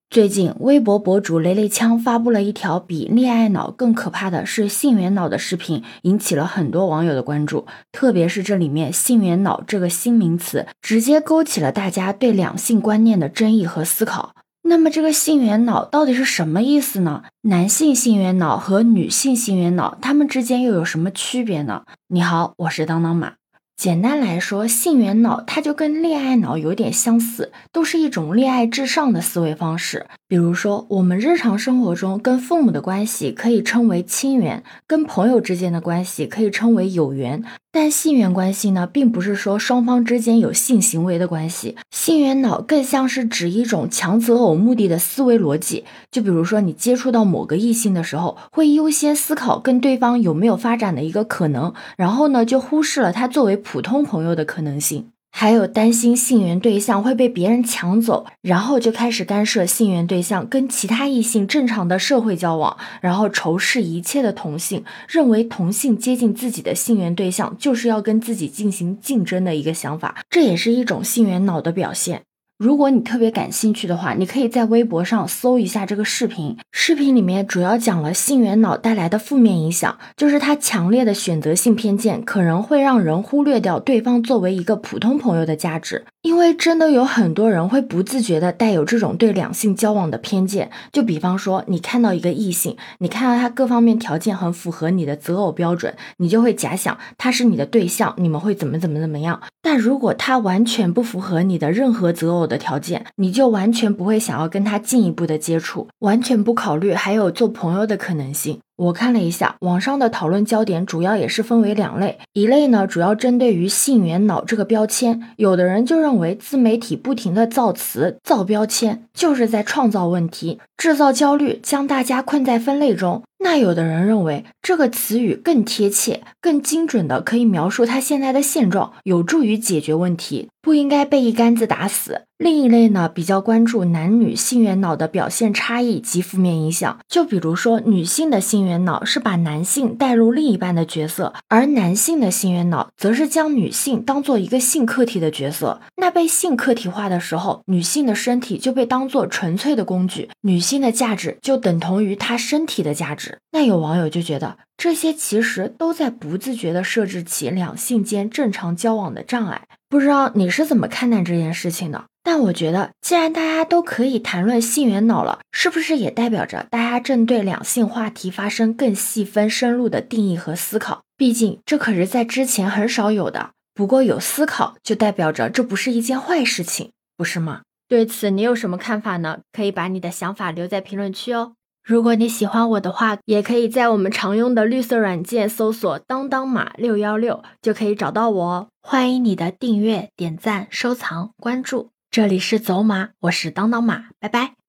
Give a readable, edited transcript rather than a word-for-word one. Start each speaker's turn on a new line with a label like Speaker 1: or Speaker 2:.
Speaker 1: 最近，微博博主雷雷枪发布了一条比恋爱脑更可怕的是性缘脑的视频，引起了很多网友的关注。特别是这里面性缘脑这个新名词，直接勾起了大家对两性观念的争议和思考。那么这个性缘脑到底是什么意思呢？男性性缘脑和女性性缘脑，它们之间又有什么区别呢？你好，我是当当马。简单来说，性缘脑它就跟恋爱脑有点相似，都是一种恋爱至上的思维方式。比如说，我们日常生活中跟父母的关系可以称为亲缘，跟朋友之间的关系可以称为友缘。但性缘关系呢，并不是说双方之间有性行为的关系，性缘脑更像是指一种强择偶目的的思维逻辑。就比如说，你接触到某个异性的时候，会优先思考跟对方有没有发展的一个可能，然后呢，就忽视了他作为普通朋友的可能性。还有担心性缘对象会被别人抢走，然后就开始干涉性缘对象跟其他异性正常的社会交往，然后仇视一切的同性，认为同性接近自己的性缘对象就是要跟自己进行竞争的一个想法，这也是一种性缘脑的表现。如果你特别感兴趣的话，你可以在微博上搜一下这个视频。视频里面主要讲了性缘脑带来的负面影响，就是它强烈的选择性偏见可能会让人忽略掉对方作为一个普通朋友的价值。因为真的有很多人会不自觉的带有这种对两性交往的偏见，就比方说你看到一个异性，你看到他各方面条件很符合你的择偶标准，你就会假想他是你的对象，你们会怎么样。但如果他完全不符合你的任何择偶的条件，你就完全不会想要跟他进一步的接触，完全不考虑还有做朋友的可能性。我看了一下，网上的讨论焦点主要也是分为两类，一类呢主要针对于性缘脑这个标签，有的人就认为自媒体不停的造词、造标签，就是在创造问题，制造焦虑，将大家困在分类中。那有的人认为这个词语更贴切、更精准的可以描述他现在的现状，有助于解决问题，不应该被一竿子打死。另一类呢，比较关注男女性缘脑的表现差异及负面影响，就比如说女性的性缘脑是把男性带入另一半的角色，而男性的性缘脑则是将女性当做一个性客体的角色。那被性客体化的时候，女性的身体就被当作纯粹的工具，女性的价值就等同于她身体的价值。那有网友就觉得这些其实都在不自觉地设置起两性间正常交往的障碍。不知道你是怎么看待这件事情的？但我觉得既然大家都可以谈论性缘脑了，是不是也代表着大家正对两性话题发生更细分深入的定义和思考？毕竟这可是在之前很少有的。不过有思考就代表着这不是一件坏事情，不是吗？对此你有什么看法呢？可以把你的想法留在评论区哦。如果你喜欢我的话，也可以在我们常用的绿色软件搜索当当马616就可以找到我哦。欢迎你的订阅、点赞、收藏、关注。这里是走马，我是当当马，拜拜。